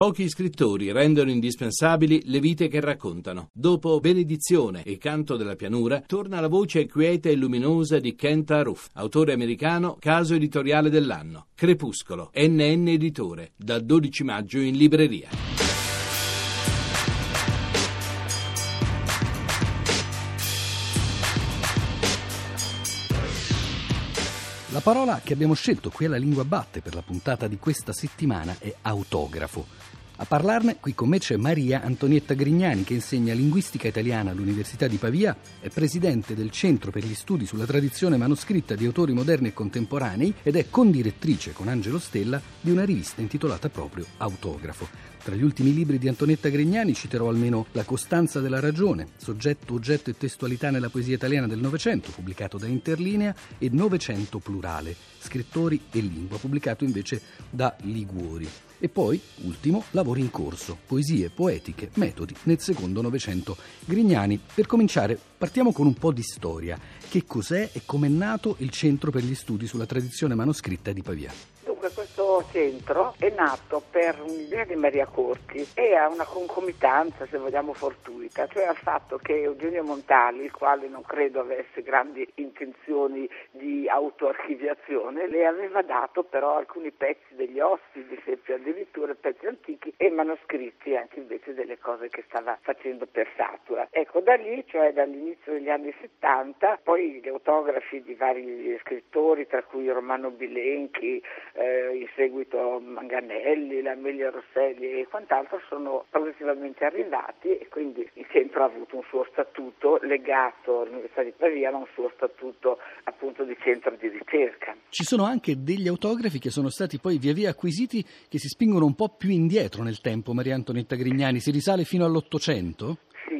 Pochi scrittori rendono indispensabili le vite che raccontano. Dopo Benedizione e Canto della pianura, torna la voce quieta e luminosa di Kent Aruf, autore americano, caso editoriale dell'anno. Crepuscolo, NN Editore, dal 12 maggio in libreria. La parola che abbiamo scelto qui alla Lingua Batte per la puntata di questa settimana è autografo. A parlarne qui con me c'è Maria Antonietta Grignani, che insegna linguistica italiana all'Università di Pavia, è presidente del Centro per gli Studi sulla Tradizione Manoscritta di Autori Moderni e Contemporanei ed è condirettrice con Angelo Stella di una rivista intitolata proprio Autografo. Tra gli ultimi libri di Antonietta Grignani citerò almeno La costanza della ragione, soggetto, oggetto e testualità nella poesia italiana del Novecento, pubblicato da Interlinea, e Novecento plurale, scrittori e lingua, pubblicato invece da Liguori. E poi, ultimo, Lavori in corso, poesie, poetiche, metodi nel secondo Novecento. Grignani, per cominciare, partiamo con un po' di storia. Che cos'è e com'è nato il Centro per gli Studi sulla Tradizione Manoscritta di Pavia? Questo centro è nato per un'idea di Maria Corti e ha una concomitanza, se vogliamo, fortuita, cioè al fatto che Eugenio Montali, il quale non credo avesse grandi intenzioni di autoarchiviazione, le aveva dato però alcuni pezzi degli ossi, di esempio addirittura pezzi antichi e manoscritti anche invece delle cose che stava facendo per Satura. Ecco, da lì, cioè dall'inizio degli anni 70, poi gli autografi di vari scrittori, tra cui Romano Bilenchi, in seguito Manganelli, l'Amelia Rosselli e quant'altro sono progressivamente arrivati e quindi il centro ha avuto un suo statuto legato all'Università di Pavia, ma un suo statuto appunto di centro di ricerca. Ci sono anche degli autografi che sono stati poi via via acquisiti che si spingono un po' più indietro nel tempo, Maria Antonietta Grignani, si risale fino all'Ottocento?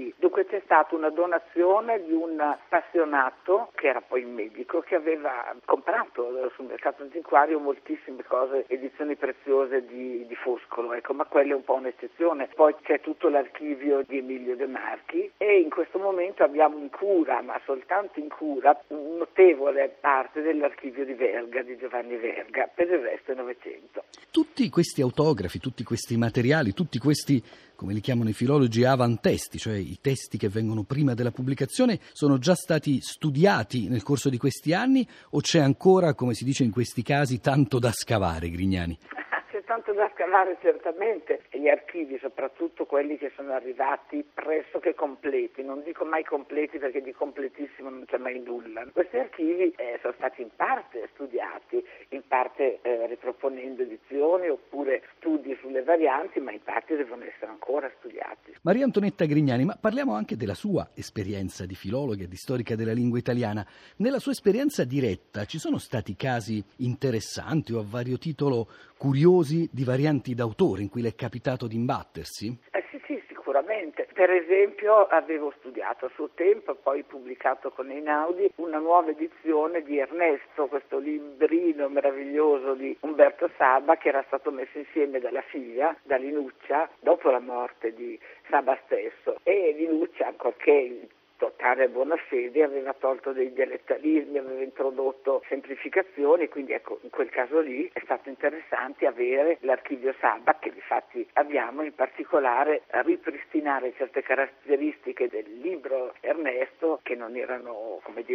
C'è stata una donazione di un appassionato che era poi medico che aveva comprato sul mercato antiquario moltissime cose, edizioni preziose di Foscolo, ecco, ma quella è un po' un'eccezione. Poi c'è tutto l'archivio di Emilio De Marchi e in questo momento abbiamo in cura, ma soltanto in cura, un notevole parte dell'archivio di Verga, di Giovanni Verga, per il resto è Novecento. Tutti questi autografi, tutti questi materiali, tutti questi, come li chiamano i filologi, avantesti, cioè i testi che vengono prima della pubblicazione, sono già stati studiati nel corso di questi anni o c'è ancora, come si dice in questi casi, tanto da scavare, Grignani? C'è tanto da scavare certamente e gli archivi, soprattutto quelli che sono arrivati pressoché completi, non dico mai completi perché di completissimo non c'è mai nulla. Questi archivi sono stati in parte studiati, in parte riproponendo edizioni oppure studi sulle varianti, ma in parte devono essere ancora studiati. Maria Antonietta Grignani, ma parliamo anche della sua esperienza di filologa e di storica della lingua italiana. Nella sua esperienza diretta ci sono stati casi interessanti o a vario titolo curiosi di varianti d'autore in cui le è capitato di imbattersi? Sì, sicuramente. Per esempio avevo studiato a suo tempo, poi pubblicato con Einaudi, una nuova edizione di Ernesto, questo librino meraviglioso di Umberto Saba che era stato messo insieme dalla figlia, da Linuccia, dopo la morte di Saba stesso. E Linuccia, ancorché totale buona fede, aveva tolto dei dialettalismi, aveva introdotto semplificazioni, quindi ecco, in quel caso lì è stato interessante avere l'archivio Saba, che infatti abbiamo, in particolare ripristinare certe caratteristiche del libro Ernesto che non erano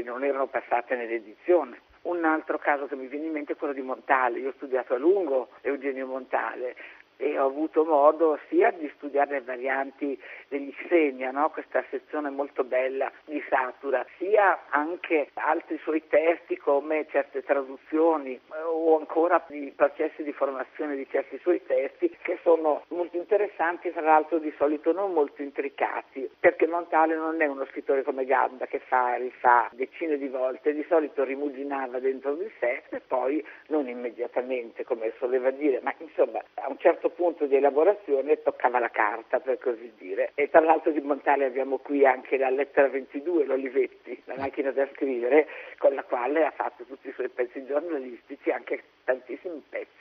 passate nell'edizione. Un altro caso che mi viene in mente è quello di Montale. Io ho studiato a lungo Eugenio Montale e ho avuto modo sia di studiare le varianti degli Xenia, no? Questa sezione molto bella di Satura, sia anche altri suoi testi come certe traduzioni o ancora i processi di formazione di certi suoi testi che sono molto interessanti, tra l'altro di solito non molto intricati, perché Montale non è uno scrittore come Gadda che rifà decine di volte, di solito rimuginava dentro di sé e poi non immediatamente, come soleva dire, ma insomma a un certo punto di elaborazione toccava la carta, per così dire. E tra l'altro di Montale abbiamo qui anche la lettera 22, l'Olivetti, la macchina da scrivere, con la quale ha fatto tutti i suoi pezzi giornalistici, anche tantissimi pezzi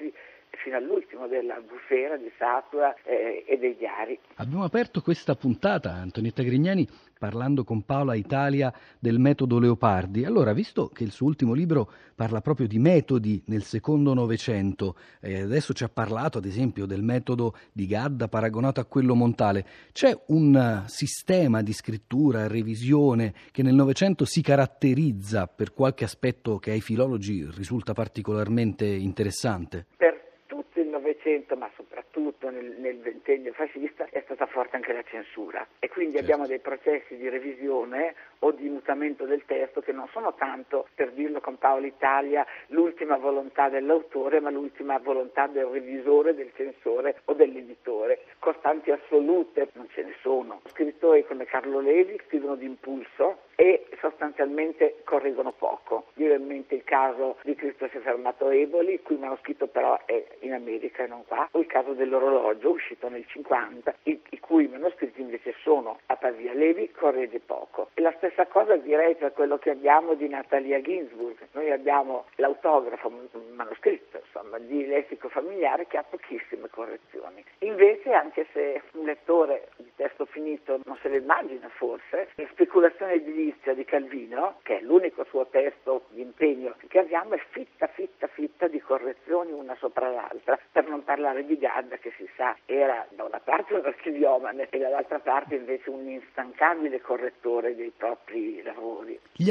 fino all'ultimo della bufera di Satura e dei diari. Abbiamo aperto questa puntata, Antonietta Grignani, parlando con Paola Italia del metodo Leopardi. Allora, visto che il suo ultimo libro parla proprio di metodi nel secondo Novecento, adesso ci ha parlato ad esempio del metodo di Gadda paragonato a quello Montale, c'è un sistema di scrittura, revisione che nel Novecento si caratterizza per qualche aspetto che ai filologi risulta particolarmente interessante? Per tutto il Novecento, ma soprattutto nel ventennio fascista, è stata forte anche la censura e quindi abbiamo dei processi di revisione o di mutamento del testo che non sono tanto, per dirlo con Paola Italia, l'ultima volontà dell'autore, ma l'ultima volontà del revisore, del censore o dell'editore. Costanti assolute non ce ne sono. Scrittori come Carlo Levi scrivono d'impulso e sostanzialmente correggono poco. Io ho in mente il caso di Cristo si è fermato Eboli, il cui manoscritto però è in America e non qua, o il caso dell'orologio uscito nel 50, i cui manoscritti invece sono a Pavia. Levi corregge poco. E la stessa cosa direi per quello che abbiamo di Natalia Ginzburg. Noi abbiamo l'autografo, un manoscritto insomma di lessico familiare che ha pochissime correzioni. Invece, anche se un lettore di testo finito non se lo immagina forse, la speculazione edilizia di Calvino, che è l'unico suo testo di impegno che abbiamo, è fitta di correzioni una sopra l'altra, per non parlare di Gadda che si sa era da una parte un archiviomane e dall'altra parte invece un instancabile correttore dei propri lavori. Gli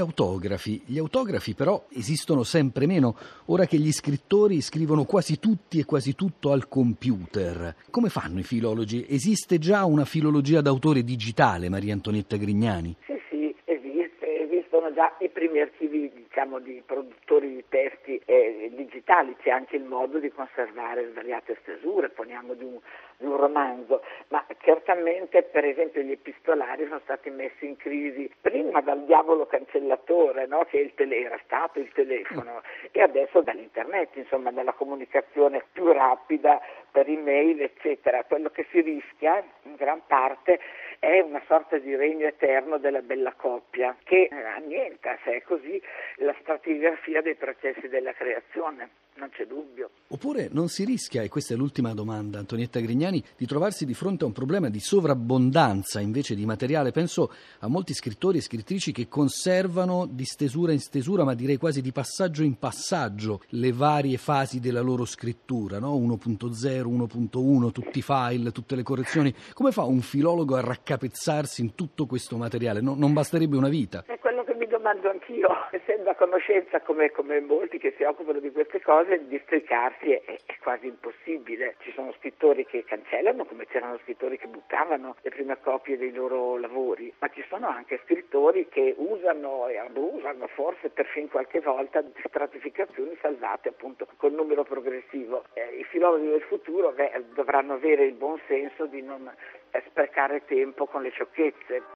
autografi però esistono sempre meno, ora che gli scrittori scrivono quasi tutti e quasi tutto al computer. Come fanno i filologi? Esiste già una filologia d'autore digitale, Maria Antonietta Grignani? Sì, esistono già i primi archivi, diciamo, di produttori di testi digitali. C'è anche il modo di conservare svariate stesure, poniamo di un romanzo, ma certamente per esempio gli epistolari sono stati messi in crisi prima dal diavolo cancellatore, no? Che era stato il telefono, e adesso dall'internet, insomma dalla comunicazione più rapida per email eccetera. Quello che si rischia in gran parte è una sorta di regno eterno della bella coppia che annienta, se è così, la stratigrafia dei processi della creazione, non c'è dubbio. Oppure non si rischia, e questa è l'ultima domanda, Antonietta Grignani, di trovarsi di fronte a un problema di sovrabbondanza invece di materiale? Penso a molti scrittori e scrittrici che conservano di stesura in stesura, ma direi quasi di passaggio in passaggio, le varie fasi della loro scrittura, no? 1.0, 1.1, tutti i file, tutte le correzioni. Come fa un filologo a raccapezzarsi in tutto questo materiale? Non basterebbe una vita. È quello che mi domando anch'io, essendo a conoscenza come molti che si occupano di queste cose, districarsi è quasi impossibile. Ci sono scrittori che cancellano, come c'erano scrittori che buttavano le prime copie dei loro lavori, ma ci sono anche scrittori che usano e abusano, forse perfino qualche volta, di stratificazioni salvate appunto col numero progressivo. I filologi del futuro dovranno avere il buon senso di non sprecare tempo con le sciocchezze.